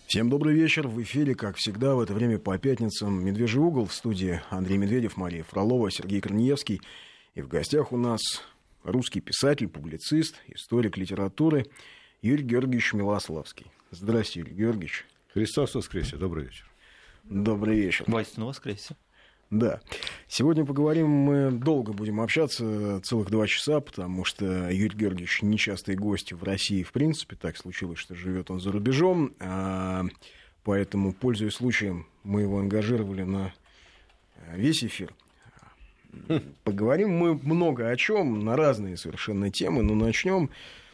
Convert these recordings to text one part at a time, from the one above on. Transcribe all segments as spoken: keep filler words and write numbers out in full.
Всем добрый вечер. В эфире, как всегда, в это время по пятницам «Медвежий угол». В студии Андрей Медведев, Мария Фролова, Сергей Корнеевский. И в гостях у нас русский писатель, публицист, историк литературы Юрий Георгиевич Милославский. Здравствуйте, Юрий Георгиевич. Христос воскресе. Добрый вечер. Добрый вечер. Воистину воскресе. Да. Сегодня поговорим, мы долго будем общаться, целых два часа, потому что Юрий Георгиевич нечастый гость в России, в принципе, так случилось, что живет он за рубежом, а, поэтому, пользуясь случаем, мы его ангажировали на весь эфир. Поговорим мы много о чем, на разные совершенно темы, но начнем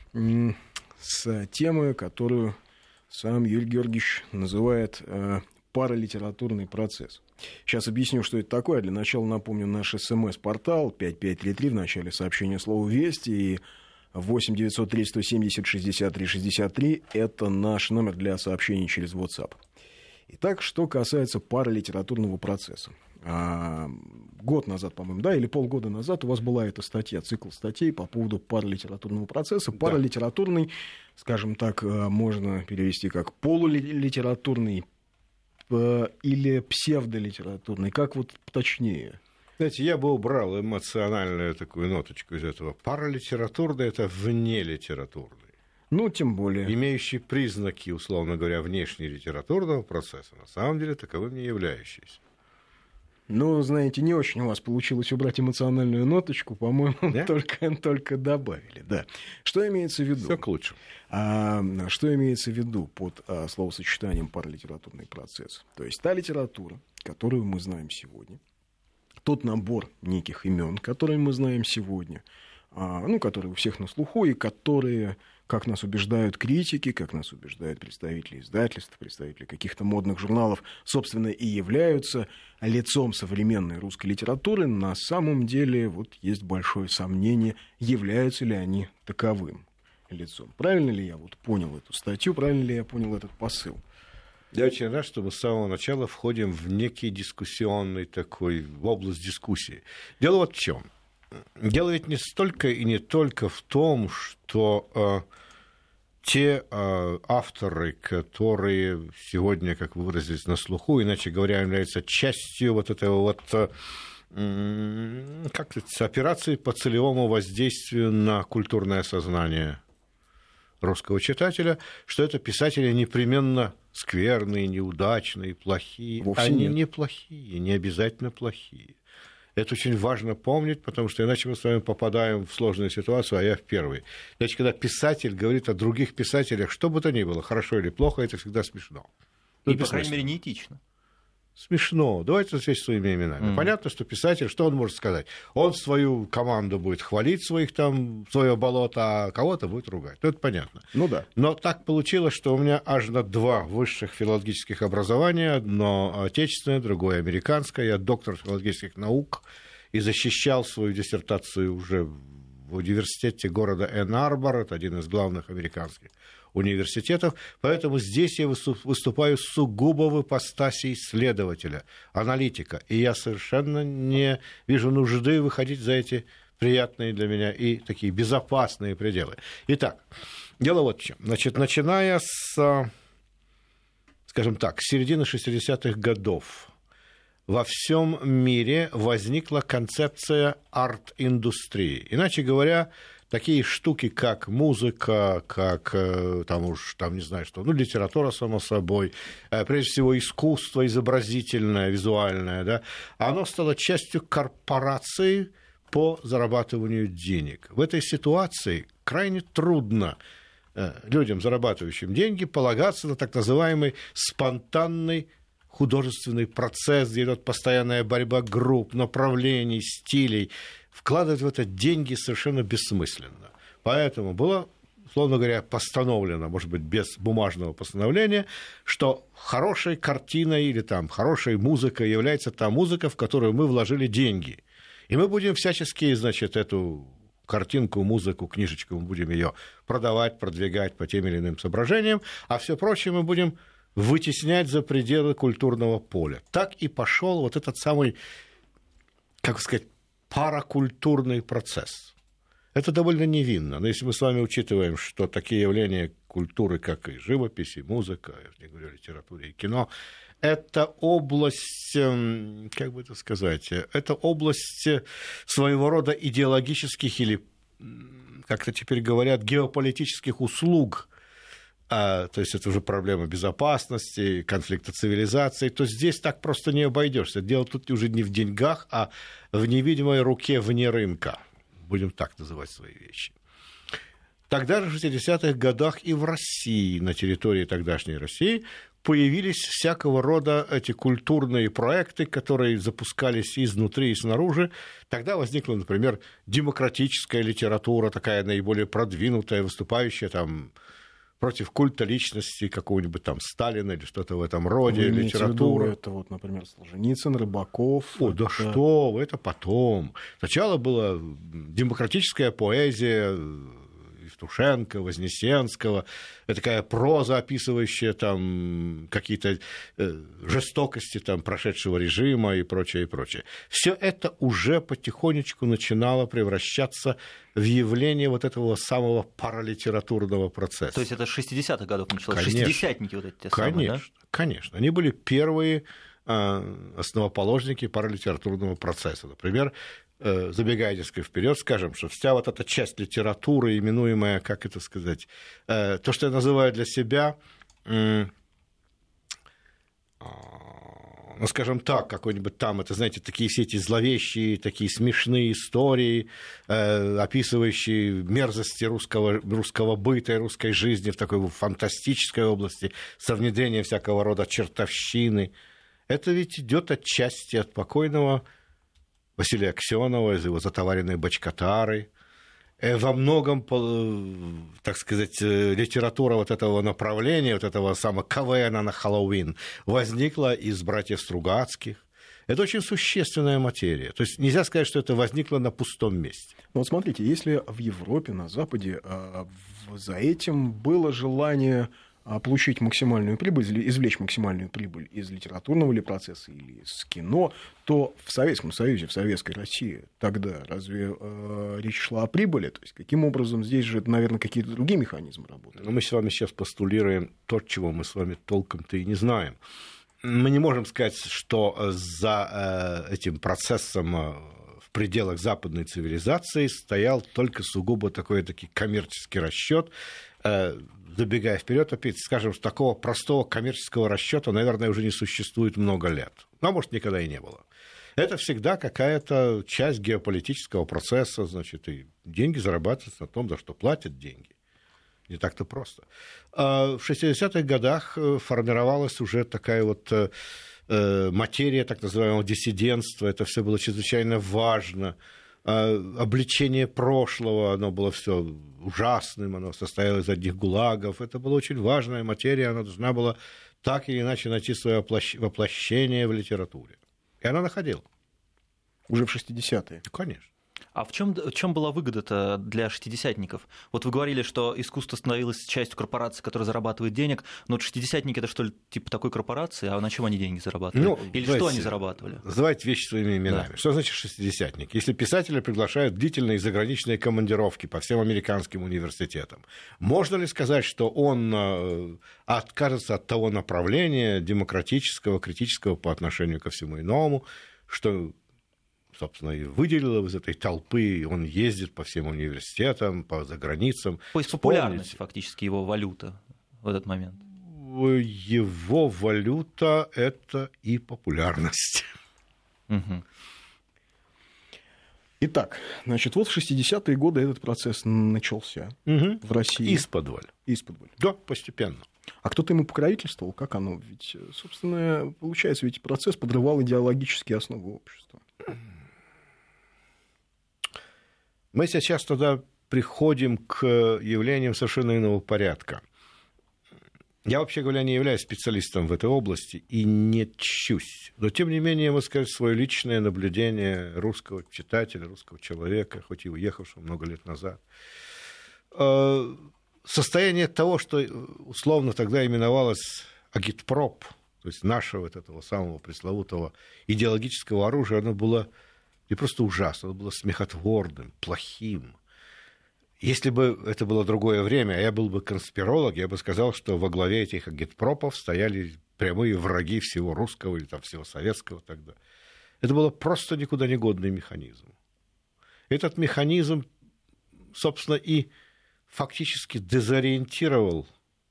с темы, которую сам Юрий Георгиевич называет паралитературный процесс. Сейчас объясню, что это такое. Для начала напомню наш смс-портал пять пять три три, в начале сообщения слово «Вести», и восемь девятьсот три сто семьдесят шестьдесят три шестьдесят три – это наш номер для сообщений через WhatsApp. Итак, что касается паралитературного процесса. А, год назад, по-моему, да, или полгода назад у вас была эта статья, цикл статей по поводу паралитературного процесса. Паралитературный, да. Скажем так, можно перевести как полулитературный или псевдолитературный, как вот точнее? Знаете, я бы убрал эмоциональную такую ноточку из этого. Паралитературный – это внелитературный. Ну, тем более. Имеющий признаки, условно говоря, внешнелитературного процесса, на самом деле таковым не являющийся. Ну, знаете, не очень у вас получилось убрать эмоциональную ноточку, по-моему, да? только, только добавили. Да. Что имеется в виду? Все к лучшему. А, что имеется в виду под а, словосочетанием паралитературный процесс? То есть та литература, которую мы знаем сегодня, тот набор неких имен, которые мы знаем сегодня, а, ну, которые у всех на слуху и которые, как нас убеждают критики, как нас убеждают представители издательств, представители каких-то модных журналов, собственно, и являются лицом современной русской литературы, на самом деле вот есть большое сомнение, являются ли они таковым лицом. Правильно ли я вот понял эту статью, правильно ли я понял этот посыл? Я очень рад, что мы с самого начала входим в некий дискуссионный такой, в область дискуссии. Дело вот в чем. Дело ведь не столько и не только в том, что э, те э, авторы, которые сегодня, как вы выразились, на слуху, иначе говоря, являются частью вот этого вот э, э, как сказать, операции по целевому воздействию на культурное сознание русского читателя, что это писатели непременно скверные, неудачные, плохие. Вовсе Они нет. не плохие, не обязательно плохие. Это очень важно помнить, потому что иначе мы с вами попадаем в сложную ситуацию, а я в первый. Значит, когда писатель говорит о других писателях, что бы то ни было, хорошо или плохо, это всегда смешно. И, по крайней мере, неэтично. Смешно. Давайте назовем своими именами. Mm. Понятно, что писатель, что он может сказать? Он свою команду будет хвалить, своих там, свое болото, а кого-то будет ругать. Ну, это понятно. Ну да. Но так получилось, что у меня аж на два высших филологических образования. Одно отечественное, другое американское. Я доктор филологических наук и защищал свою диссертацию уже в университете города Энн-Арбор. Это один из главных американских университетов, поэтому здесь я выступаю сугубо в ипостаси исследователя, аналитика, и я совершенно не вижу нужды выходить за эти приятные для меня и такие безопасные пределы. Итак, дело вот в чем. Значит, начиная с, скажем так, с середины шестидесятых годов во всем мире возникла концепция арт-индустрии. Иначе говоря, такие штуки, как музыка, как, там уж, там не знаю что, ну, литература, само собой, прежде всего, искусство изобразительное, визуальное, да, оно стало частью корпорации по зарабатыванию денег. В этой ситуации крайне трудно людям, зарабатывающим деньги, полагаться на так называемый спонтанный художественный процесс, где идет постоянная борьба групп, направлений, стилей. Вкладывать в это деньги совершенно бессмысленно. Поэтому было, условно говоря, постановлено, может быть, без бумажного постановления, что хорошей картиной или там, хорошей музыкой является та музыка, в которую мы вложили деньги. И мы будем всячески, значит, эту картинку, музыку, книжечку, мы будем ее продавать, продвигать по тем или иным соображениям, а все прочее мы будем вытеснять за пределы культурного поля. Так и пошел вот этот самый, как сказать, паракультурный процесс. Это довольно невинно, но если мы с вами учитываем, что такие явления культуры, как и живопись, и музыка, я не говорю о литературе и кино, это область, как бы это сказать, это область своего рода идеологических или, как-то теперь говорят, геополитических услуг. А, то есть это уже проблема безопасности, конфликта цивилизаций. То здесь так просто не обойдешься. Дело тут уже не в деньгах, а в невидимой руке вне рынка. Будем так называть свои вещи. Тогда же в шестидесятых годах и в России, на территории тогдашней России, появились всякого рода эти культурные проекты, которые запускались изнутри и снаружи. Тогда возникла, например, демократическая литература, такая наиболее продвинутая, выступающая там против культа личности какого-нибудь там Сталина или что-то в этом роде, литература. Это вот, например, Солженицын, Рыбаков. О, это... да что вы, это потом. Сначала была демократическая поэзия Евтушенко, Вознесенского, это такая проза, описывающая там какие-то жестокости там прошедшего режима и прочее, и прочее. Все это уже потихонечку начинало превращаться в явление вот этого самого паралитературного процесса. То есть это с шестидесятых годов началось? Конечно. Шестидесятники вот эти те конечно, самые, да? Конечно. Они были первые основоположники паралитературного процесса. Например, забегая несколько вперед, скажем, что вся вот эта часть литературы, именуемая, как это сказать, то, что я называю для себя, ну, скажем так, какой-нибудь там, это, знаете, такие все эти зловещие, такие смешные истории, описывающие мерзости русского, русского быта и русской жизни в такой фантастической области, со внедрением всякого рода чертовщины. Это ведь идет отчасти от покойного Василия Аксёнова, из его «Затоваренной бочкатары». Во многом, так сказать, литература вот этого направления, вот этого самого КВНа на Хэллоуин возникла из «Братьев Стругацких». Это очень существенная материя. То есть нельзя сказать, что это возникло на пустом месте. Ну вот смотрите, если в Европе, на Западе за этим было желание получить максимальную прибыль, извлечь максимальную прибыль из литературного ли процесса или из кино, то в Советском Союзе, в Советской России тогда разве э, речь шла о прибыли? То есть каким образом здесь же, наверное, какие-то другие механизмы работают? Но мы с вами сейчас постулируем то, чего мы с вами толком-то и не знаем. Мы не можем сказать, что за э, этим процессом э, в пределах западной цивилизации стоял только сугубо такой-таки коммерческий расчет. Э, Забегая вперед, опять скажем, что такого простого коммерческого расчета, наверное, уже не существует много лет. Ну, а может, никогда и не было. Это всегда какая-то часть геополитического процесса, значит, и деньги зарабатываются на том, за что платят деньги. Не так-то просто. В шестидесятых годах формировалась уже такая вот материя так называемого диссидентства. Это все было чрезвычайно важно. Обличение прошлого, оно было все ужасным, оно состояло из одних гулагов. Это была очень важная материя, она должна была так или иначе найти свое воплощение в литературе. И она находила. Уже в шестидесятые? Конечно. А в чем, в чем была выгода-то для шестидесятников? Вот вы говорили, что искусство становилось частью корпорации, которая зарабатывает денег, но вот шестидесятники — это что ли типа такой корпорации, а на чем они деньги зарабатывали? Ну, Или знаете, что они зарабатывали? Называйте вещи своими именами. Да. Что значит шестидесятник? Если писателя приглашают в длительные заграничные командировки по всем американским университетам, можно ли сказать, что он откажется от того направления демократического, критического по отношению ко всему иному, что... собственно, и выделил из этой толпы, он ездит по всем университетам, по заграницам. То есть популярность фактически его валюта в этот момент? Его валюта – это и популярность. Угу. Итак, значит, вот в шестидесятые годы этот процесс начался угу. в России. Исподволь. Исподволь. Да, постепенно. А кто-то ему покровительствовал? Как оно? Ведь, собственно, получается, ведь процесс подрывал идеологические основы общества. Мы сейчас туда приходим к явлениям совершенно иного порядка. Я, вообще говоря, не являюсь специалистом в этой области и не чусь. Но, тем не менее, я могу сказать свое личное наблюдение русского читателя, русского человека, хоть и уехавшего много лет назад. Состояние того, что условно тогда именовалось агитпроп, то есть нашего вот этого самого пресловутого идеологического оружия, оно было... и просто ужасно, оно было смехотворным, плохим. Если бы это было другое время, а я был бы конспиролог, я бы сказал, что во главе этих агитпропов стояли прямые враги всего русского или там, всего советского тогда. Это был просто никуда не годный механизм. Этот механизм, собственно, и фактически дезориентировал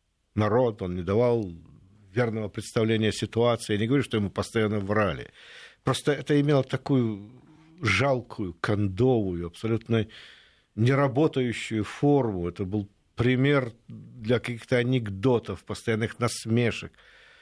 народ, он не давал верного представления о ситуации. Я не говорю, что ему постоянно врали. Просто это имело такую жалкую, кондовую, абсолютно неработающую форму. Это был пример для каких-то анекдотов, постоянных насмешек.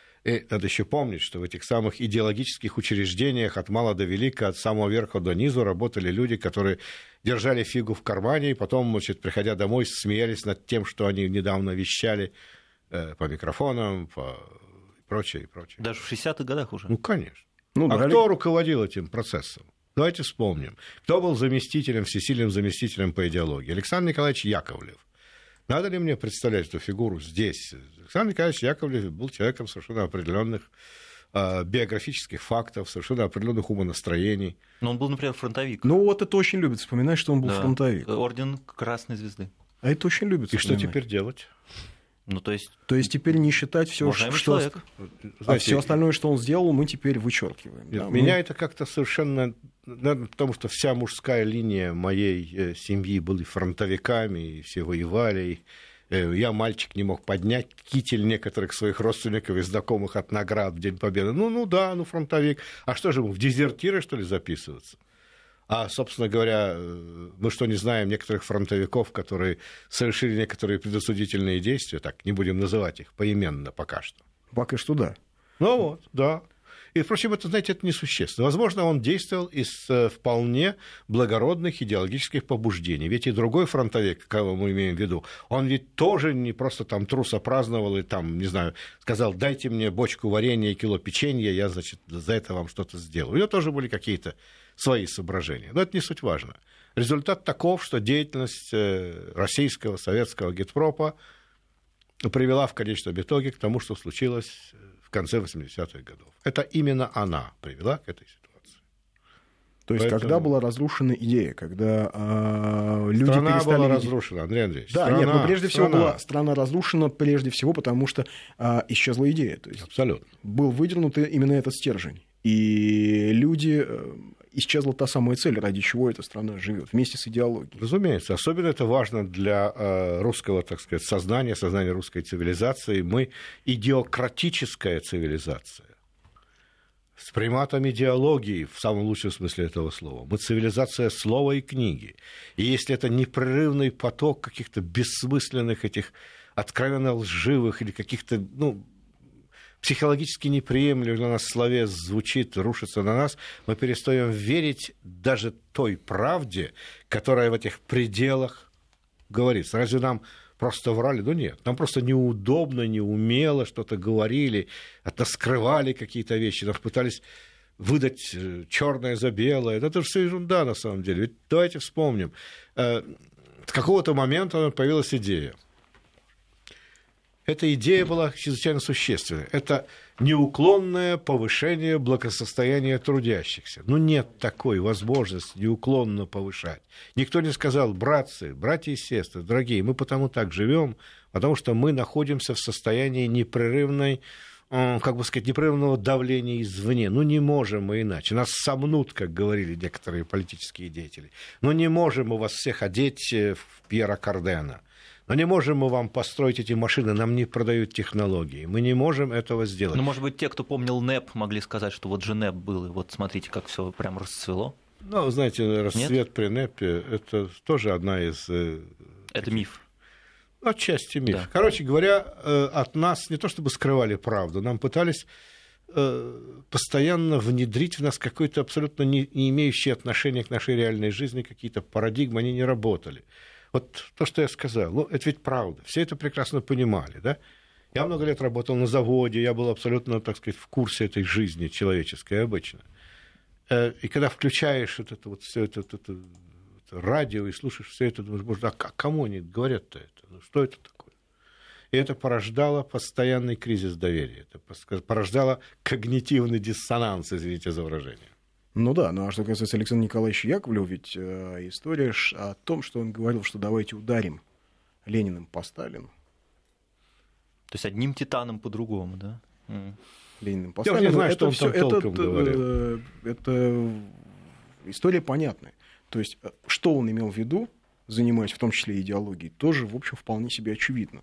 И надо еще помнить, что в этих самых идеологических учреждениях от мала до велика, от самого верха до низу работали люди, которые держали фигу в кармане, и потом, значит, приходя домой, смеялись над тем, что они недавно вещали э, по микрофонам, по... и прочее, и прочее. Даже в шестидесятых годах уже? Ну, конечно. Ну, а да, кто руководил этим процессом? Давайте вспомним. Кто был заместителем, всесильным заместителем по идеологии? Александр Николаевич Яковлев. Надо ли мне представлять эту фигуру здесь? Александр Николаевич Яковлев был человеком совершенно определенных э, биографических фактов, совершенно определенных умонастроений. Но он был, например, фронтовик. Ну, вот это очень любят вспоминать, что он был да. фронтовик. Орден Красной Звезды. А это очень любят И вспоминать. что теперь делать? Ну, то есть... То есть теперь не считать все, что... Человек. Знаете, а все остальное, что он сделал, мы теперь вычеркиваем. Нет, да, меня мы... это как-то совершенно... Наверное, потому что вся мужская линия моей семьи были фронтовиками, и все воевали. И я, мальчик, не мог поднять китель некоторых своих родственников и знакомых от наград в День Победы. Ну, ну да, ну фронтовик. А что же ему, в дезертиры, что ли, записываться? А, собственно говоря, мы что, не знаем некоторых фронтовиков, которые совершили некоторые предосудительные действия, так, не будем называть их поименно пока что. Пока что да. Ну вот, да. И, впрочем, это, знаете, это несущественно. Возможно, он действовал из вполне благородных идеологических побуждений. Ведь и другой фронтовик, кого мы имеем в виду, он ведь тоже не просто там трусо праздновал и там, не знаю, сказал, дайте мне бочку варенья и кило печенья, я, значит, за это вам что-то сделаю. У него тоже были какие-то свои соображения. Но это не суть важно. Результат таков, что деятельность российского, советского агитпропа привела в конечном итоге к тому, что случилось в конце восьмидесятых годов. Это именно она привела к этой ситуации. То есть, Поэтому... когда была разрушена идея, когда э, люди страна перестали... была видеть... разрушена, Андрей Андреевич. Да, страна, нет, но прежде страна. всего была страна разрушена, прежде всего потому, что э, исчезла идея. То есть абсолютно. Был выдернут именно этот стержень. И люди... Э, исчезла та самая цель, ради чего эта страна живет, вместе с идеологией. Разумеется. Особенно это важно для э, русского, так сказать, сознания, сознания русской цивилизации. Мы идеократическая цивилизация. С приматом идеологии, в самом лучшем смысле этого слова. Мы цивилизация слова и книги. И если это непрерывный поток каких-то бессмысленных этих откровенно лживых или каких-то, ну, психологически неприемлемых для нас словес звучит, рушится на нас, мы перестаем верить даже той правде, которая в этих пределах говорится. Разве нам просто врали? Ну нет, нам просто неудобно, неумело что-то говорили, от нас скрывали какие-то вещи, нас пытались выдать черное за белое. Это же все ерунда на самом деле. Ведь давайте вспомним. С какого-то момента появилась идея. Эта идея была чрезвычайно существенной. Это неуклонное повышение благосостояния трудящихся. Ну, нет такой возможности неуклонно повышать. Никто не сказал, братцы, братья и сестры, дорогие, мы потому так живем, потому что мы находимся в состоянии непрерывной, как бы сказать, непрерывного давления извне. Ну, не можем мы иначе. Нас сомнут, как говорили некоторые политические деятели. Но не можем мы вас всех одеть в Пьера Кардена. Но не можем мы вам построить эти машины, нам не продают технологии. Мы не можем этого сделать. Ну, может быть, те, кто помнил НЭП, могли сказать, что вот же НЭП был, и вот смотрите, как все прям расцвело. Ну, знаете, расцвет Нет? при НЭПе – это тоже одна из... Это миф. Отчасти миф. Да. Короче говоря, от нас не то чтобы скрывали правду, нам пытались постоянно внедрить в нас какой-то абсолютно не имеющий отношения к нашей реальной жизни какие-то парадигмы, они не работали. Вот то, что я сказал, ну, это ведь правда. Все это прекрасно понимали, да? Я много лет работал на заводе, я был абсолютно, так сказать, в курсе этой жизни человеческой обычно. И когда включаешь вот это вот все это, это, это, это радио и слушаешь все это, думаешь, боже, а кому они говорят-то это? Ну, что это такое? И это порождало постоянный кризис доверия. Это порождало когнитивный диссонанс, извините за выражение. Ну да, ну а что касается Александра Николаевича Яковлева, ведь э, история о том, что он говорил, что давайте ударим Лениным по Сталину. То есть одним титаном по-другому, да? Mm. Лениным по Я Сталину. не знаю, это что он всё, там толком это, говорил. Э, это история понятная. То есть что он имел в виду, занимаясь в том числе идеологией, тоже, в общем, вполне себе очевидно.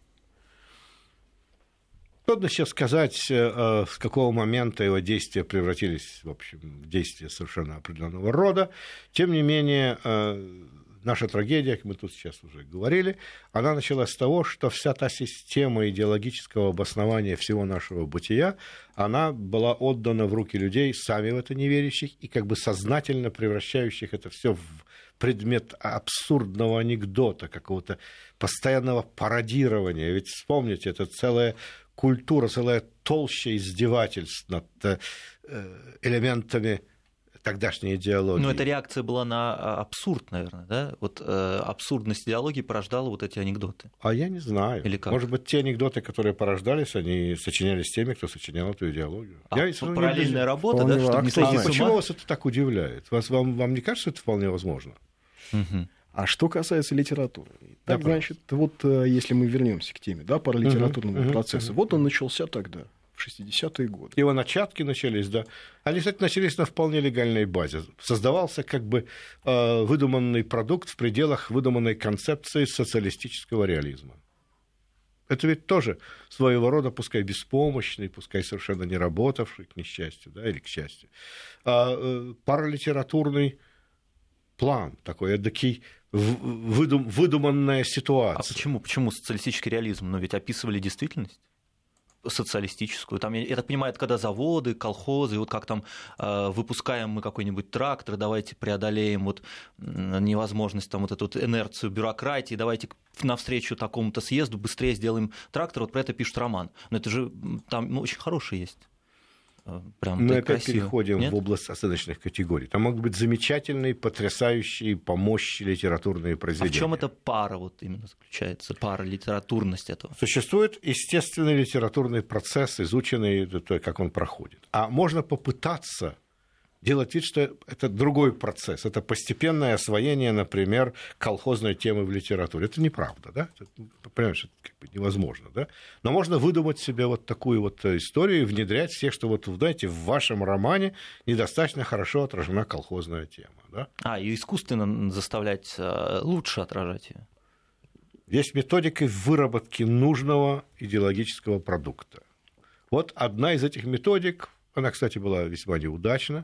Трудно сейчас сказать, с какого момента его действия превратились, в общем, в действия совершенно определенного рода. Тем не менее, наша трагедия, как мы тут сейчас уже говорили, она началась с того, что вся та система идеологического обоснования всего нашего бытия, она была отдана в руки людей, сами в это не верящих, и как бы сознательно превращающих это все в предмет абсурдного анекдота, какого-то постоянного пародирования. Ведь вспомните, это целая культура, целая толща издевательств над элементами тогдашней идеологии. Но эта реакция была на абсурд, наверное, да? Вот э, абсурдность идеологии порождала вот эти анекдоты. А я не знаю. Или как? Может быть, те анекдоты, которые порождались, они сочинялись теми, кто сочинял эту идеологию. А я, параллельная не... работа, вполне да, чтобы не сойти а с ума? почему вас это так удивляет? Вас, вам, вам не кажется, это вполне возможно? Угу. А что касается литературы, так, Да, значит, вот если мы вернемся к теме, да, паралитературного угу, процесса, угу, вот он начался тогда, в шестидесятые годы. Его начатки начались, да. Они, кстати, начались на вполне легальной базе. Создавался как бы э, выдуманный продукт в пределах выдуманной концепции социалистического реализма. Это ведь тоже своего рода, пускай беспомощный, пускай совершенно не работавший, к несчастью, да, или к счастью, а, э, паралитературный план такой, эдакий выдум, выдуманная ситуация. А почему? Почему социалистический реализм? Но ведь описывали действительность социалистическую. Там, я так понимаю, это когда заводы, колхозы, вот как там э, выпускаем мы какой-нибудь трактор, давайте преодолеем вот невозможность, там, вот эту вот инерцию бюрократии, давайте навстречу такому-то съезду быстрее сделаем трактор, вот про это пишет роман. Но это же там ну, очень хороший есть. Прям мы опять красиво. переходим Нет? в область оценочных категорий. Там могут быть замечательные, потрясающие, по мощи литературные произведения. А в чем эта пара вот именно заключается, пара литературность этого? Существует естественный литературный процесс, изученный, то, как он проходит. А можно попытаться делать вид, что это другой процесс, это постепенное освоение, например, колхозной темы в литературе. Это неправда, да? Это, понимаешь, это как бы невозможно, да? Но можно выдумать себе вот такую вот историю и внедрять всех, что вот, знаете, в вашем романе недостаточно хорошо отражена колхозная тема, да? А, и искусственно заставлять лучше отражать ее. Есть методика выработки нужного идеологического продукта. Вот одна из этих методик, она, кстати, была весьма неудачна,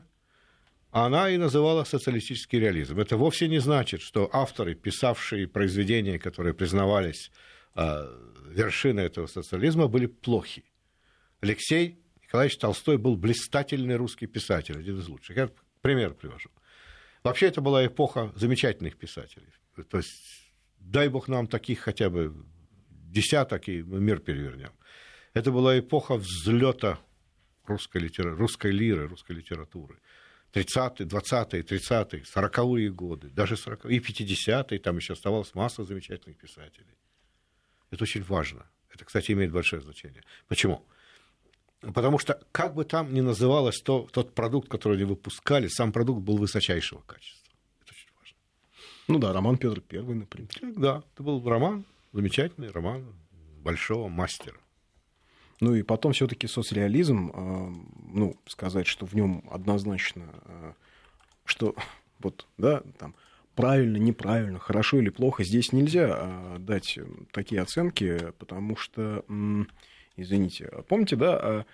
она и называла социалистический реализм. Это вовсе не значит, что авторы, писавшие произведения, которые признавались э, вершиной этого социализма, были плохи. Алексей Николаевич Толстой был блистательный русский писатель, один из лучших. Я пример привожу. Вообще это была эпоха замечательных писателей. То есть дай бог нам таких хотя бы десяток, и мы мир перевернем. Это была эпоха взлета русской, литера... русской лиры, русской литературы. тридцатые, двадцатые, тридцатые, сороковые годы, даже сороковые, и пятидесятые, там еще оставалась масса замечательных писателей. Это очень важно. Это, кстати, имеет большое значение. Почему? Потому что, как бы там ни называлось то, тот продукт, который они выпускали, сам продукт был высочайшего качества. Это очень важно. Ну да, роман Петр Первый, например. Да, это был роман, замечательный роман большого мастера. Ну и потом все-таки соцреализм, ну, сказать, что в нем однозначно, что вот, да, там, правильно, неправильно, хорошо или плохо, здесь нельзя дать такие оценки, потому что, извините, помните, да,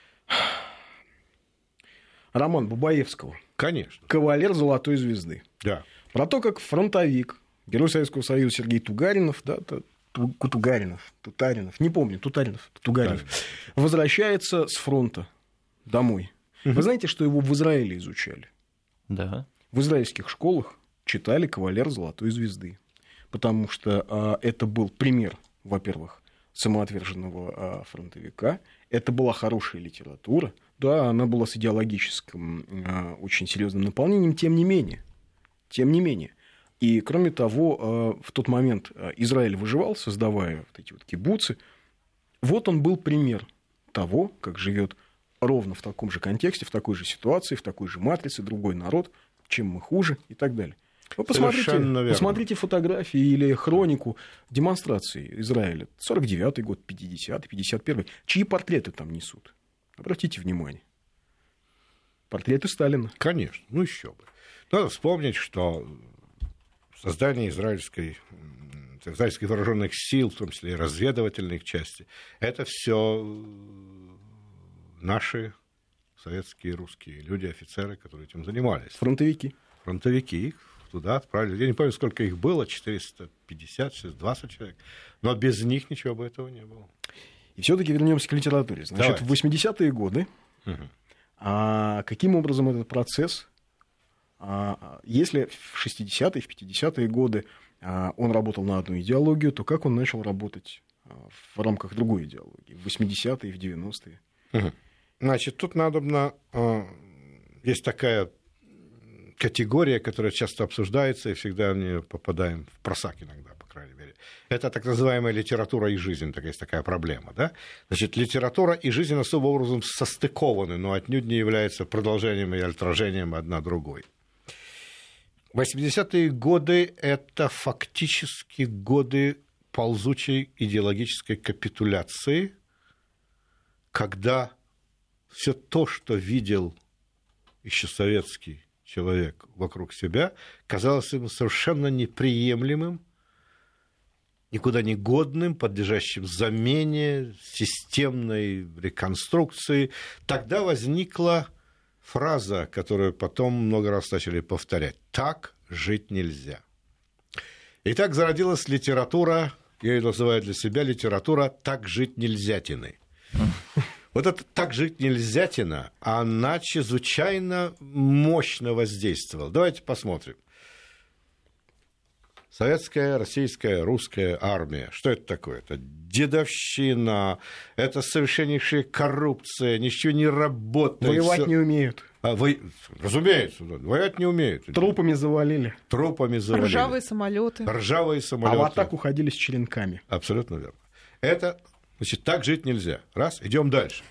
роман Бабаевского? Конечно. «Кавалер золотой звезды». Да. Про то, как фронтовик, герой Советского Союза Сергей Тугаринов, да, Тугаринов, Тутаринов, не помню, Тутаринов, Тугаринов, возвращается с фронта домой. Вы знаете, что его в Израиле изучали? Да. В израильских школах читали «Кавалер золотой звезды», потому что а, это был пример, во-первых, самоотверженного а, фронтовика, это была хорошая литература, да, она была с идеологическим а, очень серьезным наполнением, тем не менее, тем не менее. И, кроме того, в тот момент Израиль выживал, создавая вот эти вот кибуцы. Вот он был пример того, как живет ровно в таком же контексте, в такой же ситуации, в такой же матрице, другой народ, чем мы хуже и так далее. Вы посмотрите, посмотрите фотографии или хронику демонстраций Израиля. сорок девятый год, пятидесятый, пятьдесят первый. Чьи портреты там несут? Обратите внимание. Портреты Сталина. Конечно, ну еще бы. Надо вспомнить, что создание израильской, израильских вооруженных сил, в том числе и разведывательных частей, это все наши советские русские люди, офицеры, которые этим занимались. Фронтовики. Фронтовики, их туда отправили. Я не помню, сколько их было, четыреста пятьдесят, четыреста двадцать человек. Но без них ничего бы этого не было. И все-таки вернемся к литературе. Значит, Давайте. В восьмидесятые годы угу. а, каким образом этот процесс, а, если в шестидесятые, в пятидесятые годы а, он работал на одну идеологию, то как он начал работать а, в рамках другой идеологии, в восьмидесятые, в девяностые? Угу. Значит, тут надобно... А, есть такая категория, которая часто обсуждается, и всегда в нее попадаем в просак иногда, по крайней мере. Это так называемая литература и жизнь, так есть такая проблема. Да? Значит, литература и жизнь особым образом состыкованы, но отнюдь не являются продолжением и отражением одна другой. восьмидесятые годы – это фактически годы ползучей идеологической капитуляции, когда все то, что видел еще советский человек вокруг себя, казалось ему совершенно неприемлемым, никуда не годным, подлежащим замене, системной реконструкции. Тогда возникла фраза, которую потом много раз начали повторять: «Так жить нельзя». И так зародилась литература, я ее называю для себя литература «так жить нельзятины». Вот это «так жить нельзятина», она чрезвычайно мощно воздействовала. Давайте посмотрим. Советская, российская, русская армия. Что это такое? Это дедовщина, это совершеннейшая коррупция, ничего не работает. Воевать всё... не умеют. А, во... Разумеется, воевать не умеют. Трупами завалили. Трупами завалили. Ржавые самолеты. Ржавые самолеты. А в атаку ходили с черенками. Абсолютно верно. Это... Значит, так жить нельзя. Раз, идем дальше.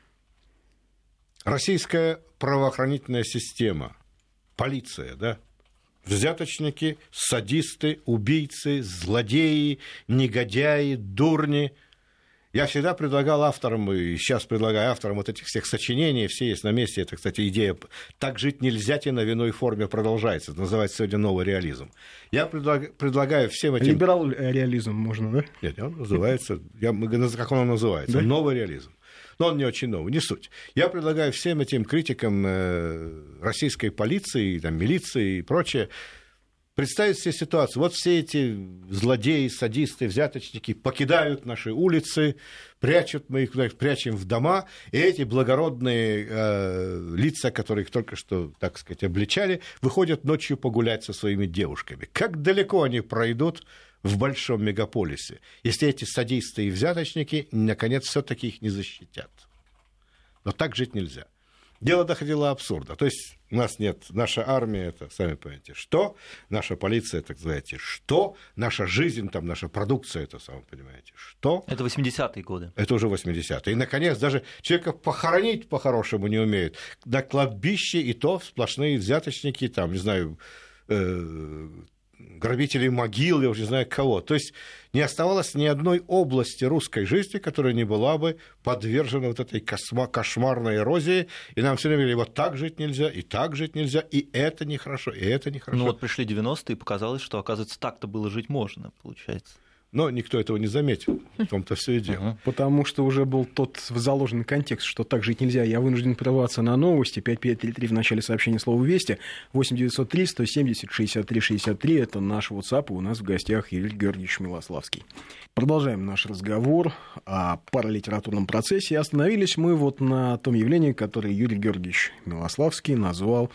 Российская правоохранительная система, полиция, да, взяточники, садисты, убийцы, злодеи, негодяи, дурни. Я всегда предлагал авторам, и сейчас предлагаю авторам вот этих всех сочинений, все есть на месте. Это, кстати, идея «Так жить нельзя» на иной форме продолжается. Это называется сегодня новый реализм. Я предлагаю, предлагаю всем этим... Либерал-реализм можно, да? Нет, он называется... Я, как он называется? Да? Новый реализм. Но он не очень новый, не суть. Я предлагаю всем этим критикам э, российской полиции, там, милиции и прочее представить себе ситуацию. Вот все эти злодеи, садисты, взяточники покидают наши улицы, прячут, мы их прячем в дома, и эти благородные э, лица, которые их только что, так сказать, обличали, выходят ночью погулять со своими девушками. Как далеко они пройдут в большом мегаполисе, если эти садисты и взяточники, наконец, все-таки их не защитят? Но так жить нельзя. Дело доходило до абсурда. То есть у нас нет, наша армия, это, сами понимаете, что, наша полиция, так знаете, что, наша жизнь, там, наша продукция, это, сами понимаете, что. Это восьмидесятые годы. Это уже восьмидесятые. И, наконец, даже человека похоронить по-хорошему не умеют. На кладбище и то сплошные взяточники, там, не знаю, э- грабителей могил, я уже не знаю кого. То есть не оставалось ни одной области русской жизни, которая не была бы подвержена вот этой кошмарной эрозии, и нам все время говорили, вот так жить нельзя, и так жить нельзя, и это нехорошо, и это нехорошо. Ну вот пришли девяностые, и показалось, что, оказывается, так-то было жить можно, получается. Но никто этого не заметил, в том-то все и дело. Потому что уже был тот заложенный контекст, что так жить нельзя. Я вынужден прерваться на новости. пять пять три три в начале сообщения слова «Вести». восемь девятьсот три сто семьдесят шестьдесят три шестьдесят три. Это наш WhatsApp, и у нас в гостях Юрий Георгиевич Милославский. Продолжаем наш разговор о паралитературном процессе. Остановились мы вот на том явлении, которое Юрий Георгиевич Милославский назвал...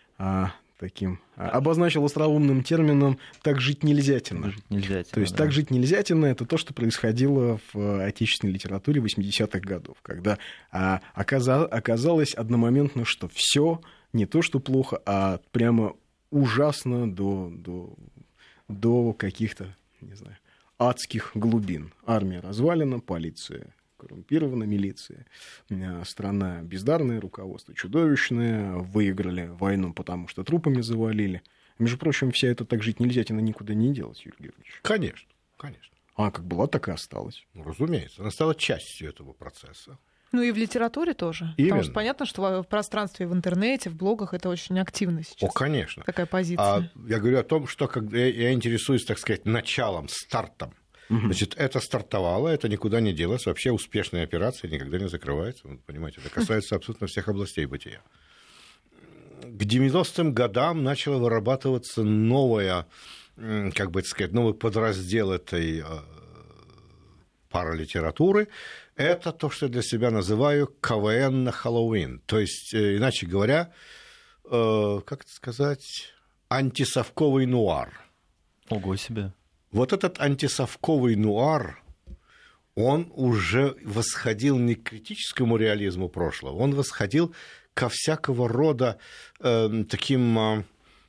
таким, обозначил остроумным термином «так жить нельзятина». Жить нельзятина, то есть да. «так жить нельзятина» — это то, что происходило в отечественной литературе восьмидесятых годов, когда а, оказалось одномоментно, что все не то, что плохо, а прямо ужасно до, до, до каких-то, не знаю, адских глубин. Армия развалена, полиция коррумпирована милиция, страна бездарная, руководство чудовищное, выиграли войну, потому что трупами завалили. Между прочим, вся это так жить нельзя, тебе никуда не делать, Юрий Георгиевич. Конечно, конечно. А как была, так и осталась. Ну, разумеется, она стала частью этого процесса. Ну и в литературе тоже. Именно. Потому что понятно, что в пространстве, в интернете, в блогах это очень активно сейчас. О, конечно. Такая позиция. А я говорю о том, что когда я интересуюсь, так сказать, началом, стартом. Угу. Значит, это стартовало, это никуда не делось. Вообще успешные операции никогда не закрываются. Вы понимаете, это касается абсолютно всех областей бытия. К девяностым годам начало вырабатываться новое, как бы это сказать, новый подраздел этой паралитературы. Это то, что я для себя называю КВН на Хэллоуин. То есть, иначе говоря, как это сказать, антисовковый нуар. Ого себе. Вот этот антисовковый нуар, он уже восходил не к критическому реализму прошлого, он восходил ко всякого рода э, таким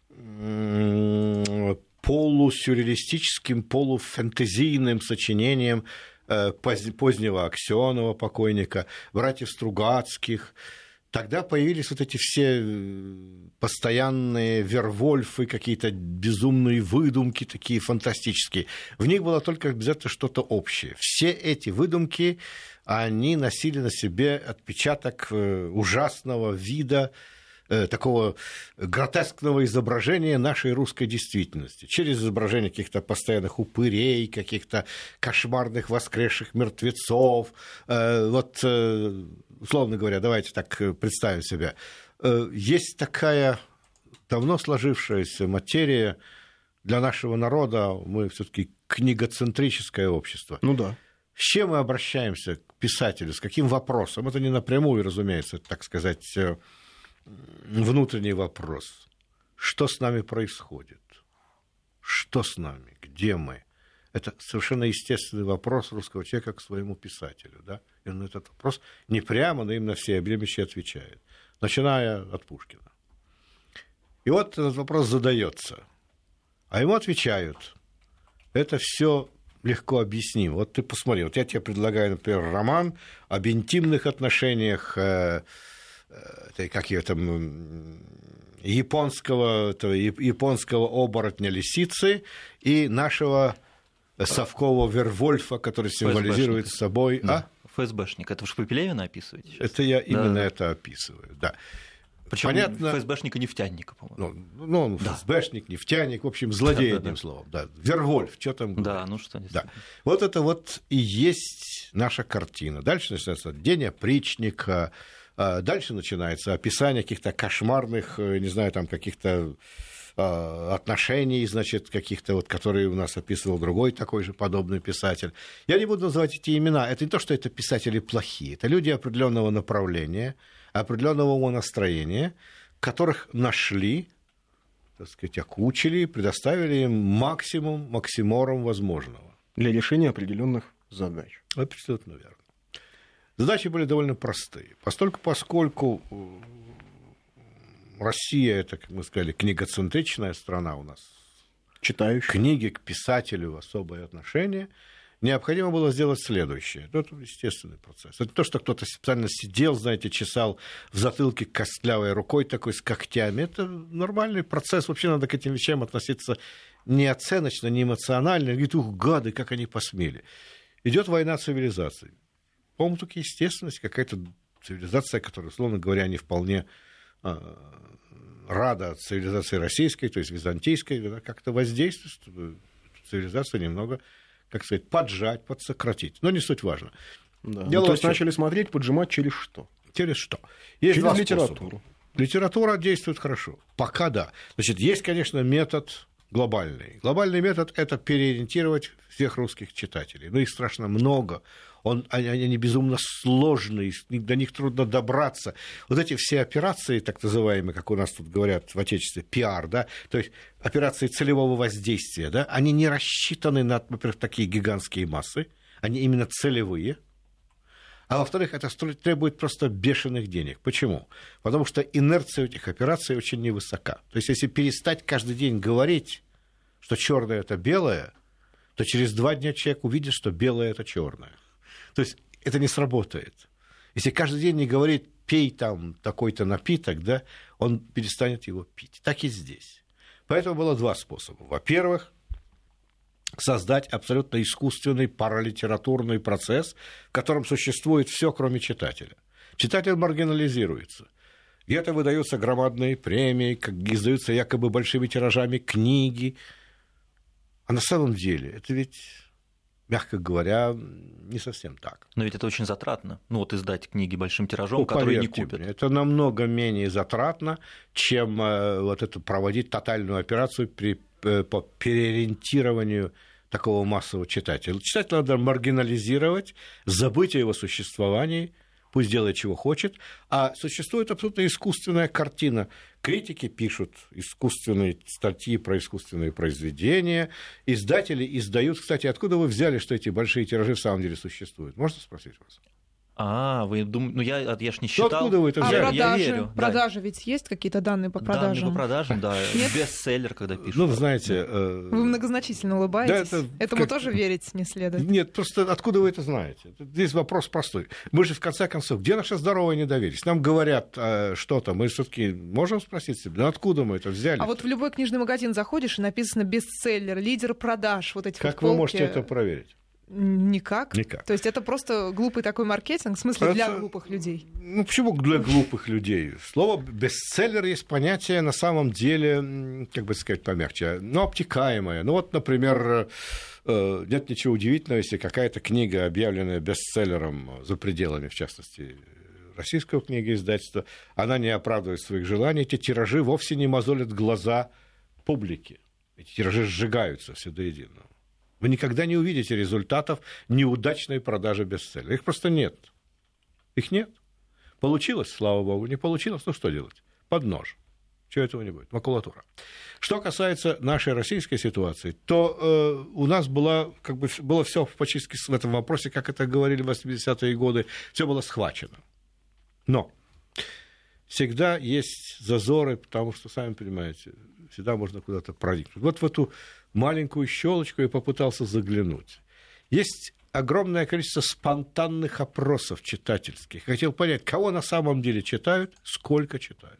э, полусюрреалистическим, полуфэнтезийным сочинениям э, позднего Аксёнова, покойника, братьев Стругацких. Тогда появились вот эти все постоянные Вервольфы, какие-то безумные выдумки такие фантастические. В них было только обязательно что-то общее. Все эти выдумки, они носили на себе отпечаток ужасного вида, такого гротескного изображения нашей русской действительности. Через изображение каких-то постоянных упырей, каких-то кошмарных воскресших мертвецов. Вот, условно говоря, давайте так представим себе. Есть такая давно сложившаяся материя для нашего народа. Мы все-таки книгоцентрическое общество. Ну да. С чем мы обращаемся к писателю? С каким вопросом? Это не напрямую, разумеется, так сказать, внутренний вопрос. Что с нами происходит? Что с нами? Где мы? Это совершенно естественный вопрос русского человека к своему писателю. Да? И он на этот вопрос не прямо, но именно всеобъемлюще отвечает, начиная от Пушкина. И вот этот вопрос задается, а ему отвечают. Это все легко объяснимо. Вот ты посмотри, вот я тебе предлагаю, например, роман об интимных отношениях, э, э, как ее там, японского, этого, японского оборотня лисицы и нашего совкового Вервольфа, который символизирует ФСБшник. собой... Да. А? ФСБшник. Это вы же по Пелевину описываете сейчас? Это я именно да. это описываю, да. Причем понятно... ФСБшника-нефтяника, по-моему. Ну, ну он да. ФСБшник, нефтяник, в общем, злодей, да, одним да, да. словом. Да. Вервольф, что там говорить? Да, ну что да. Вот это вот и есть наша картина. Дальше начинается день опричника, дальше начинается описание каких-то кошмарных, не знаю, там каких-то отношений, значит, каких-то вот, которые у нас описывал другой такой же подобный писатель. Я не буду называть эти имена. Это не то, что это писатели плохие. Это люди определенного направления, определенного умонастроения, которых нашли, так сказать, окучили, предоставили им максимум, максиморум возможного. Для решения определенных задач. Абсолютно верно. Задачи были довольно простые. Постольку, поскольку Россия, это, как мы сказали, книгоцентричная страна у нас. Читающая. Книги к писателю особое отношение. Необходимо было сделать следующее. Это естественный процесс. Это не то, что кто-то специально сидел, знаете, чесал в затылке костлявой рукой такой с когтями. Это нормальный процесс. Вообще надо к этим вещам относиться не оценочно, не эмоционально. Говорит, ух, гады, как они посмели. Идет война цивилизаций. По-моему, только естественность, какая-то цивилизация, которая, условно говоря, не вполне рада цивилизации российской, то есть византийской, как-то воздействует, цивилизацию немного, как сказать, поджать, подсократить. Но не суть важно. Да. Ну, то есть начали смотреть, поджимать через что? Через что? Есть через литературу. Литература действует хорошо. Пока да. Значит, есть, конечно, метод глобальный. Глобальный метод – это переориентировать всех русских читателей. Но их страшно много. Он, они, они безумно сложные, до них трудно добраться. Вот эти все операции, так называемые, как у нас тут говорят в Отечестве, пиар, да, то есть операции целевого воздействия, да, они не рассчитаны на, во-первых, такие гигантские массы, они именно целевые. А во-вторых, это требует просто бешеных денег. Почему? Потому что инерция этих операций очень невысока. То есть, если перестать каждый день говорить, что черное это белое, то через два дня человек увидит, что белое это черное. То есть это не сработает. Если каждый день не говорить «пей там такой-то напиток», да, он перестанет его пить. Так и здесь. Поэтому было два способа. Во-первых, создать абсолютно искусственный паралитературный процесс, в котором существует все, кроме читателя. Читатель маргинализируется. Где-то выдаются громадные премии, как издаются якобы большими тиражами книги. А на самом деле это ведь, мягко говоря, не совсем так. Но ведь это очень затратно. Ну вот издать книги большим тиражом, ну, которые не купят. Мне, это намного менее затратно, чем э, вот это, проводить тотальную операцию при, э, по переориентированию такого массового читателя. Читателя надо маргинализировать, забыть о его существовании, пусть делает, чего хочет, а существует абсолютно искусственная картина. Критики пишут искусственные статьи про искусственные произведения, издатели издают. Кстати, откуда вы взяли, что эти большие тиражи в самом деле существуют? Можно спросить вас? А, вы думаете, ну я, я ж не считал. Ну, откуда вы это взяли? А продажи, я верю. продажи да. Ведь есть какие-то данные по продажам? Данные по продажам, да. Бестселлер, когда пишут. Ну, знаете... Э... Вы многозначительно улыбаетесь. Да, это Этому как... тоже верить не следует. Нет, просто откуда вы это знаете? Здесь вопрос простой. Мы же, в конце концов, где наше здоровое недоверие? Нам говорят э, что-то, мы все-таки можем спросить себя, ну откуда мы это взяли? А вот в любой книжный магазин заходишь, и написано бестселлер, лидер продаж, вот эти Как вот вы можете это проверить? Никак. Никак. То есть это просто глупый такой маркетинг, в смысле просто... для глупых людей? Ну, почему для глупых людей? Слово «бестселлер» есть понятие, на самом деле, как бы сказать помягче, ну, обтекаемое. Ну, вот, например, нет ничего удивительного, если какая-то книга, объявленная бестселлером за пределами, в частности, российского книгоиздательства, она не оправдывает своих желаний, эти тиражи вовсе не мозолят глаза публики. Эти тиражи сжигаются все до единого. Вы никогда не увидите результатов неудачной продажи бестселлера. Их просто нет. Их нет. Получилось, слава богу, не получилось, ну что делать? Под нож. Чего этого не будет? Макулатура. Что касается нашей российской ситуации, то э, у нас было, как бы, было все почти в этом вопросе, как это говорили в восьмидесятые годы, все было схвачено. Но всегда есть зазоры, потому что, сами понимаете, всегда можно куда-то проникнуть. Вот в эту маленькую щелочку я попытался заглянуть. Есть огромное количество спонтанных опросов читательских. Хотел понять, кого на самом деле читают, сколько читают.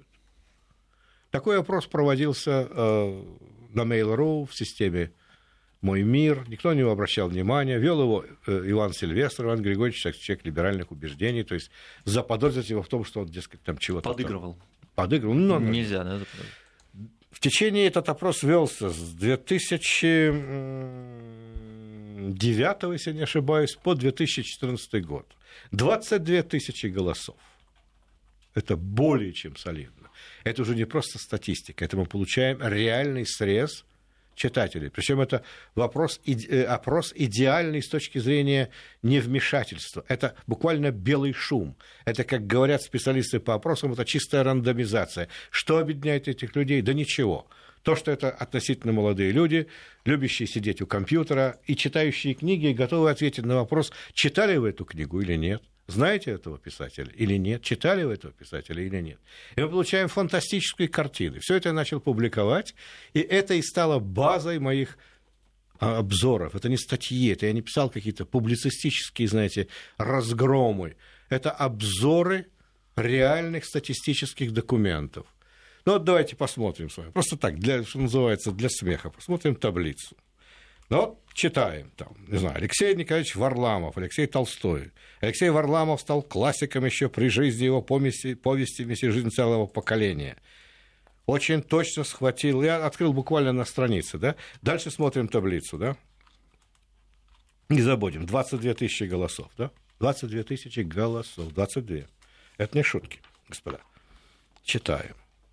Такой опрос проводился э, на Mail точка ру в системе «Мой мир». Никто не обращал внимания. Вел его э, Иван Сильвестр, Иван Григорьевич, человек либеральных убеждений. То есть заподозрить его в том, что он, дескать, там чего-то... Подыгрывал. Там, подыгрывал. Ну, нельзя, да? В течение этот опрос велся с две тысячи девятого, если не ошибаюсь, по две тысячи четырнадцатый год. двадцать две тысячи голосов. Это более чем солидно. Это уже не просто статистика, это мы получаем реальный срез читателей. Причем это вопрос, опрос идеальный с точки зрения невмешательства. Это буквально белый шум. Это, как говорят специалисты по опросам, это чистая рандомизация. Что объединяет этих людей? Да ничего. То, что это относительно молодые люди, любящие сидеть у компьютера и читающие книги, и готовы ответить на вопрос, читали вы эту книгу или нет. Знаете этого писателя или нет? Читали вы этого писателя или нет? И мы получаем фантастические картины. Все это я начал публиковать, и это и стало базой моих обзоров. Это не статьи, это я не писал какие-то публицистические, знаете, разгромы. Это обзоры реальных статистических документов. Ну вот давайте посмотрим с вами. Просто так, для, что называется, для смеха. Посмотрим таблицу. Ну вот читаем, там, не знаю, Алексей Николаевич Варламов, Алексей Толстой. Алексей Варламов стал классиком еще при жизни, его повести, повести «Вместе жизнь целого поколения». Очень точно схватил, я открыл буквально на странице, да? Дальше смотрим таблицу, да? Не забудем, двадцать две тысячи голосов, да? двадцать две тысячи голосов, двадцать две. Это не шутки, господа. Читаем.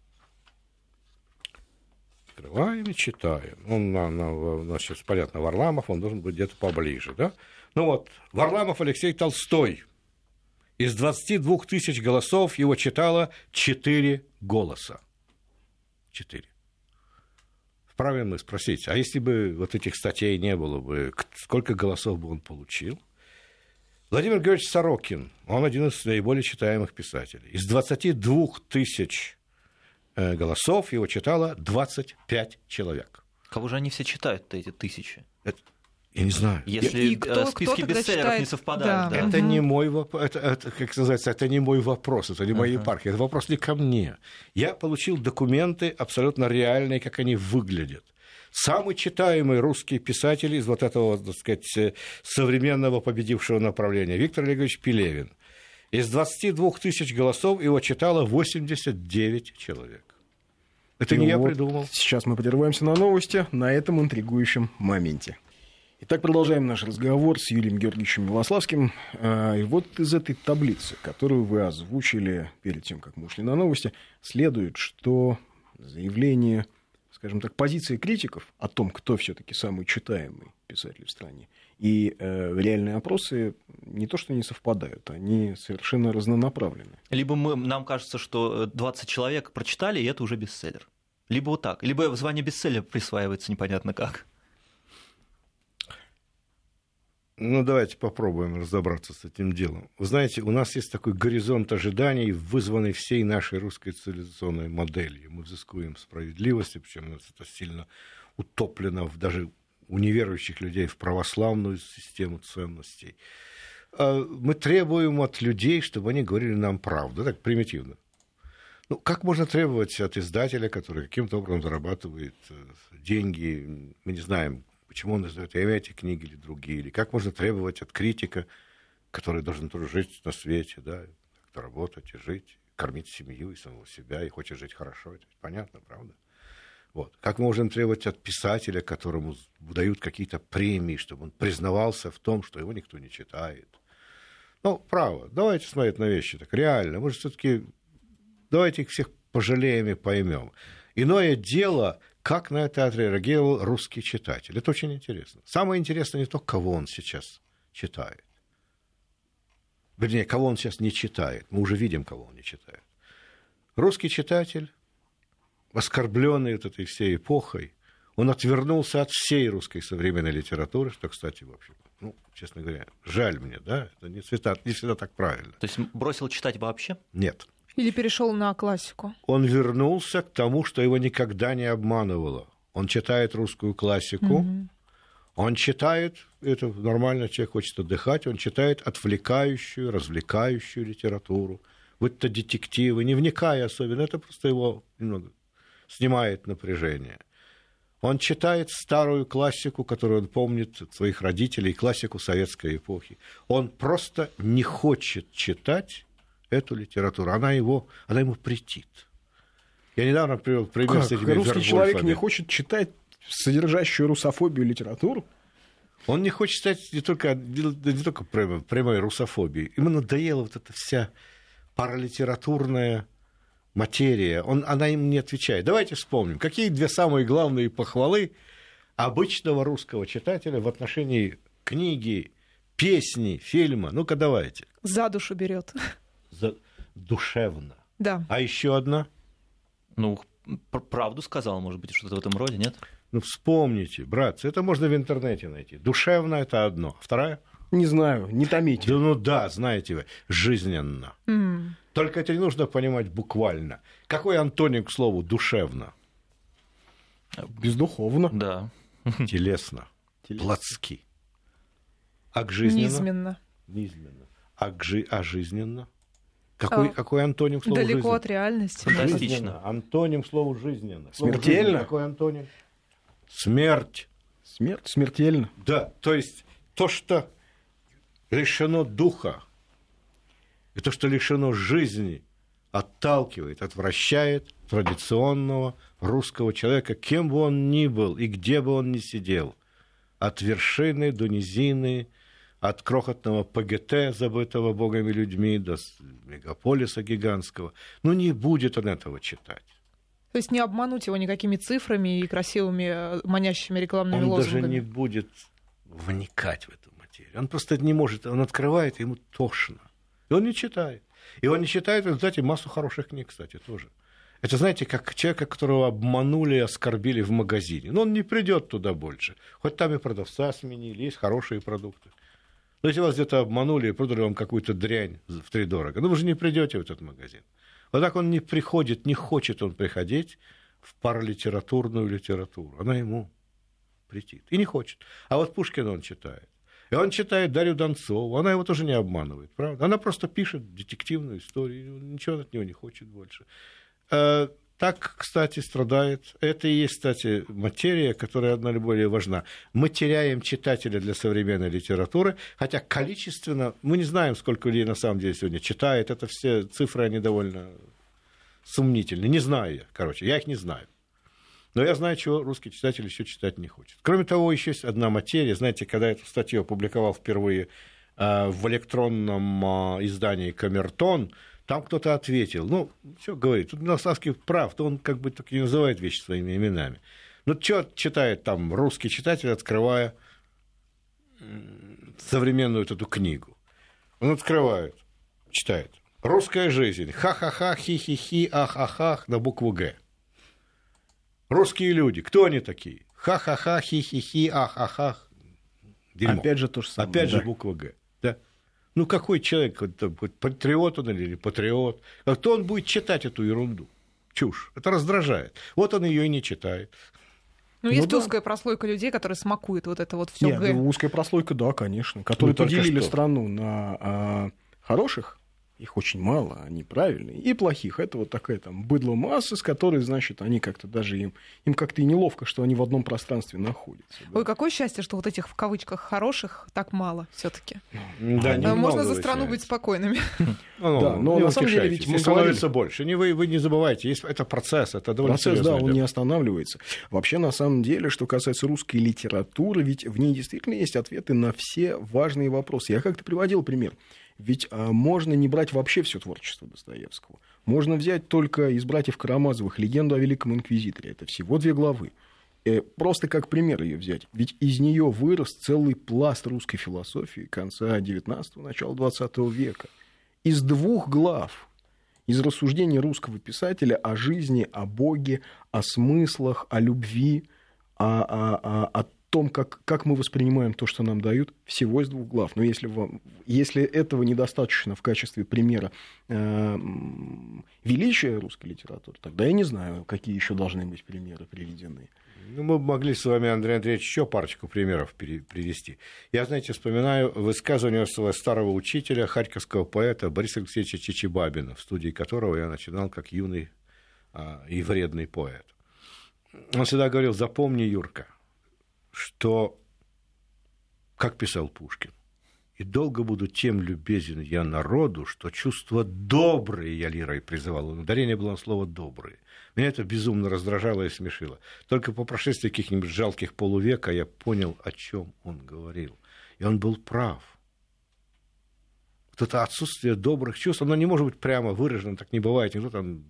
Открываем и читаем. Он, на, на, значит, понятно, Варламов, он должен быть где-то поближе, да? Ну вот, Варламов Алексей Толстой. Из двадцати двух тысяч голосов его читало четыре голоса. Четыре. Вправе мы спросить, а если бы вот этих статей не было бы, сколько голосов бы он получил? Владимир Георгиевич Сорокин, он один из наиболее читаемых писателей. Из двадцати двух тысяч голосов его читало двадцать пять человек. Кого же они все читают-то, эти тысячи? Это... Я не знаю. Если И кто- списки кто тогда бестселлеров читает? не совпадают. Да. Да. Это Мгм. не мой вопрос, это, это, как называется, это не мой вопрос, это не моя Ага. епархия, это вопрос не ко мне. Я получил документы абсолютно реальные, как они выглядят. Самый читаемый русский писатель из вот этого, так сказать, современного победившего направления Виктор Олегович Пелевин. Из двадцати двух тысяч голосов его читало восемьдесят девять человек. Это не Ну я вот придумал. Сейчас мы прерываемся на новости на этом интригующем моменте. Итак, продолжаем наш разговор с Юрием Георгиевичем Милославским. И вот из этой таблицы, которую вы озвучили перед тем, как мы ушли на новости, следует, что заявление, скажем так, позиции критиков о том, кто все-таки самый читаемый писатель в стране, и э, реальные опросы не то что не совпадают, они совершенно разнонаправлены. Либо мы, нам кажется, что двадцать человек прочитали, и это уже бестселлер. Либо вот так. Либо звание бестселлера присваивается непонятно как. Ну, давайте попробуем разобраться с этим делом. Вы знаете, у нас есть такой горизонт ожиданий, вызванный всей нашей русской цивилизационной моделью. Мы взыскуем справедливости, причем у нас это сильно утоплено в, даже у неверующих людей в православную систему ценностей. Мы требуем от людей, чтобы они говорили нам правду, так примитивно. Ну, как можно требовать от издателя, который каким-то образом зарабатывает деньги, мы не знаем, почему он издает именно эти книги или другие, или как можно требовать от критика, который должен тоже жить на свете, да, как-то работать и жить, кормить семью и самого себя, и хочет жить хорошо, это понятно, правда? Вот. Как мы можем требовать от писателя, которому дают какие-то премии, чтобы он признавался в том, что его никто не читает? Ну, право, давайте смотреть на вещи так реально, может, все-таки давайте их всех пожалеем и поймем. Иное дело, как на это отреагировал русский читатель. Это очень интересно. Самое интересное не то, кого он сейчас читает. Вернее, кого он сейчас не читает. Мы уже видим, кого он не читает. Русский читатель, оскорбленный вот этой всей эпохой, он отвернулся от всей русской современной литературы, что, кстати, вообще, ну, честно говоря, жаль мне, да, это не всегда, не всегда так правильно. То есть бросил читать вообще? Нет. Или перешел на классику? Он вернулся к тому, что его никогда не обманывало. Он читает русскую классику, mm-hmm. он читает, это нормально, человек хочет отдыхать, он читает отвлекающую, развлекающую литературу, будь-то детективы, не вникая особенно, это просто его немного снимает напряжение. Он читает старую классику, которую он помнит от своих родителей, классику советской эпохи. Он просто не хочет читать эту литературу, она, его, она ему претит. Я недавно привел пример как? с этими Русский Вервольфами. человек не хочет читать содержащую русофобию литературу? Он не хочет читать не только, не только прямой, прямой русофобии. Ему надоела вот эта вся паралитературная материя. Он, она им не отвечает. Давайте вспомним, какие две самые главные похвалы обычного русского читателя в отношении книги, песни, фильма. Ну-ка, давайте. За душу берет. За... Душевно. Да. А еще одна? Ну, правду сказал, может быть, что-то в этом роде, нет? Ну, вспомните, братцы, это можно в интернете найти. Душевно — это одно. Вторая? Не знаю, не томите. Да, ну да, знаете вы, жизненно. Mm. Только это не нужно понимать буквально. Какой антоним к слову «душевно»? Бездуховно. Да. Телесно. Плотски. А к жизненно? Низменно. Низменно. А, к жи... а жизненно? Какой, а, какой антоним к слову далеко «жизненно»? от реальности. Фантастично. Антоним к слову «жизненно». Слово Смертельно? «жизненно» какой антоним? Смерть. Смерть смертельно. Да, то есть то, что лишено духа, и то, что лишено жизни, отталкивает, отвращает традиционного русского человека, кем бы он ни был и где бы он ни сидел, от вершины до низины, от крохотного ПГТ, забытого богами людьми, до мегаполиса гигантского. Ну, не будет он этого читать. То есть не обмануть его никакими цифрами и красивыми манящими рекламными он лозунгами. Он даже не будет вникать в эту материю. Он просто не может, он открывает, ему тошно. И он не читает. И он не читает, в результате, массу хороших книг, кстати, тоже. Это, знаете, как человека, которого обманули и оскорбили в магазине. Но он не придет туда больше. Хоть там и продавца сменили, есть хорошие продукты. Но если вас где-то обманули и продали вам какую-то дрянь втридорого, ну вы же не придете в этот магазин. Вот так он не приходит, не хочет он приходить в паралитературную литературу. Она ему претит. И не хочет. А вот Пушкина он читает. И он читает Дарью Донцову, она его тоже не обманывает, правда? Она просто пишет детективную историю, ничего от него не хочет больше. Так, кстати, страдает. Это и есть, кстати, материя, которая одна более важна. Мы теряем читателя для современной литературы, хотя количественно, мы не знаем, сколько людей на самом деле сегодня читает. Это все цифры, они довольно сомнительны. Не знаю я, короче, я их не знаю. Но я знаю, чего русский читатель еще читать не хочет. Кроме того, еще есть одна материя. Знаете, когда я эту статью опубликовал впервые в электронном издании «Камертон», там кто-то ответил, ну, все говорит, тут Милославский прав, то он как бы так и называет вещи своими именами. Ну, что читает там русский читатель, открывая современную эту книгу? Он открывает, читает. «Русская жизнь. Ха-ха-ха, хи-хи-хи, ах-ах-ах» на букву «Г». Русские люди. Кто они такие? Ха-ха-ха, хи-хи-хи, ах-ах-ах. Дерьмо. Опять же то же самое. Опять да. же буква «Г». Да. Ну, какой человек, патриот он или патриот? А кто он будет читать эту ерунду? Чушь. Это раздражает. Вот он ее и не читает. Ну, есть ну, узкая да. прослойка людей, которые смакуют вот это вот все Нет, Г. Ну, узкая прослойка, да, конечно. Которые ну, поделили что? страну на а, хороших, их очень мало, они правильные, и плохих. Это вот такая там быдло-масса, с которой, значит, они как-то даже им, им как-то и неловко, что они в одном пространстве находятся. Да. Ой, какое счастье, что вот этих в кавычках хороших так мало все-таки. Да, а, можно за страну быть спокойными. Да, но на самом деле ведь мы становится больше. Вы не забывайте, это процесс, это довольно процесс, да, он не останавливается. Вообще, на самом деле, что касается русской литературы, ведь в ней действительно есть ответы на все важные вопросы. Я как-то приводил пример. Ведь а, можно не брать вообще все творчество Достоевского. Можно взять только из братьев Карамазовых «Легенду о Великом Инквизиторе». Это всего две главы. Э, просто как пример ее взять. Ведь из нее вырос целый пласт русской философии конца девятнадцатого, начала двадцатого века. Из двух глав. Из рассуждений русского писателя о жизни, о Боге, о смыслах, о любви, о, о, о, о том, как, как мы воспринимаем то, что нам дают, всего из двух глав. Но если, вам, если этого недостаточно в качестве примера э, величия русской литературы, тогда я не знаю, какие еще должны быть примеры приведены. Ну, мы могли с вами, Андрей Андреевич, еще парочку примеров привести. Я, знаете, вспоминаю высказывание своего старого учителя, харьковского поэта Бориса Алексеевича Чичибабина, в студии которого я начинал как юный а, и вредный поэт. Он всегда говорил: запомни, Юрка, что, как писал Пушкин, «И долго буду тем любезен я народу, что чувства добрые я лирой призывал». Ударение было на слово «добрые». Меня это безумно раздражало и смешило. Только по прошествии каких-нибудь жалких полувека я понял, о чем он говорил. И он был прав. Вот это отсутствие добрых чувств, оно не может быть прямо выражено, так не бывает. Никто там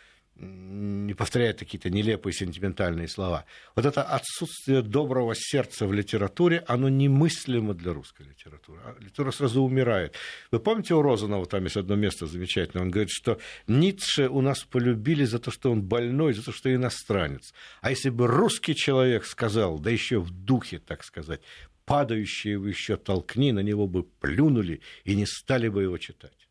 не повторяет какие-то нелепые сентиментальные слова. Вот это отсутствие доброго сердца в литературе, оно немыслимо для русской литературы. Литература сразу умирает. Вы помните у Розанова, там есть одно место замечательное, он говорит, что Ницше у нас полюбили за то, что он больной, за то, что иностранец. А если бы русский человек сказал, да еще в духе, так сказать, падающие вы еще толкни, на него бы плюнули и не стали бы его читать.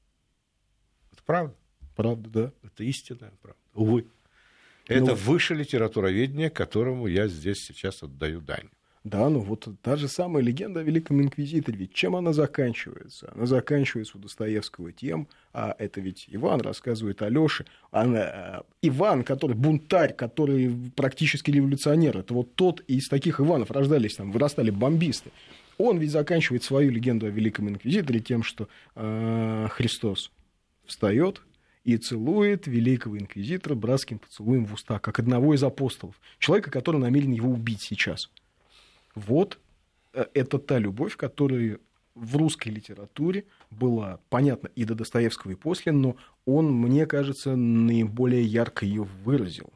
Это правда? Правда, да. Это истинная правда. Увы. Это ну, выше литературоведения, которому я здесь сейчас отдаю дань. Да, ну вот та же самая легенда о Великом Инквизиторе. Ведь чем она заканчивается? Она заканчивается у Достоевского тем, а это ведь Иван рассказывает Алёше. Она, Иван, который бунтарь, который практически революционер. Это вот тот из таких Иванов рождались, там, вырастали бомбисты. Он ведь заканчивает свою легенду о Великом Инквизиторе тем, что э, Христос встает и целует великого инквизитора братским поцелуем в уста, как одного из апостолов, человека, который намерен его убить сейчас. Вот это та любовь, которая в русской литературе была понятна и до Достоевского, и после, но он, мне кажется, наиболее ярко ее выразил.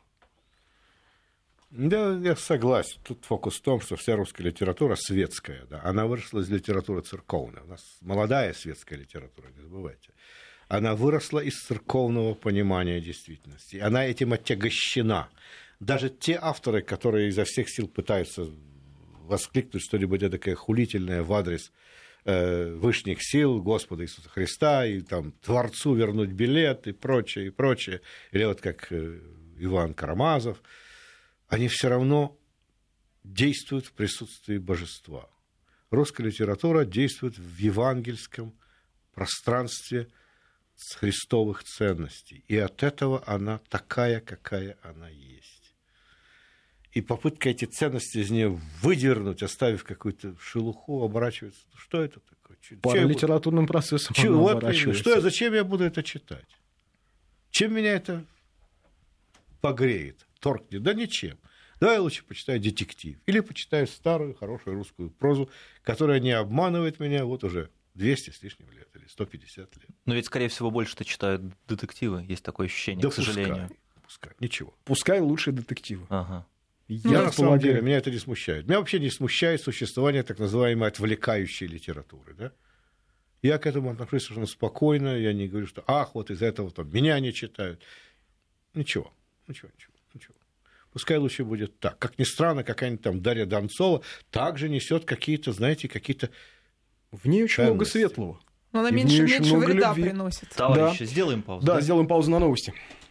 Да, я согласен. Тут фокус в том, что вся русская литература светская, да, она выросла из литературы церковной. У нас молодая светская литература, не забывайте. Она выросла из церковного понимания действительности. Она этим отягощена. Даже те авторы, которые изо всех сил пытаются воскликнуть что-либо такое хулительное в адрес э, вышних сил Господа Иисуса Христа, и там Творцу вернуть билет, и прочее, и прочее, или вот как э, Иван Карамазов, они все равно действует в присутствии божества. Русская литература действует в евангельском пространстве с христовых ценностей. И от этого она такая, какая она есть. И попытка эти ценности из нее выдернуть, оставив какую-то шелуху, оборачивается. Что это такое? Пара литературным процессом вот, что, зачем я буду это читать? Чем меня это погреет, торкнет? Да ничем. Давай я лучше почитаю детектив. Или почитаю старую, хорошую русскую прозу, которая не обманывает меня вот уже двести с лишним лет или сто пятьдесят лет. Но ведь, скорее всего, больше-то читают детективы. Есть такое ощущение, да к сожалению. Пускай, пускай, ничего. Пускай лучшие детективы. Ага. Я, я на самом деле, меня это не смущает. Меня вообще не смущает существование так называемой отвлекающей литературы. Да? Я к этому отношусь совершенно спокойно. Я не говорю, что ах, вот из-за этого там, меня не читают. Ничего, ничего, ничего, ничего. Пускай лучше будет так. Как ни странно, какая-нибудь там Дарья Донцова также несет какие-то, знаете, какие-то... В ней очень много светлого. Но она меньше, меньше вреда приносит. Товарищи, да. сделаем паузу. Да, да, сделаем паузу на новости.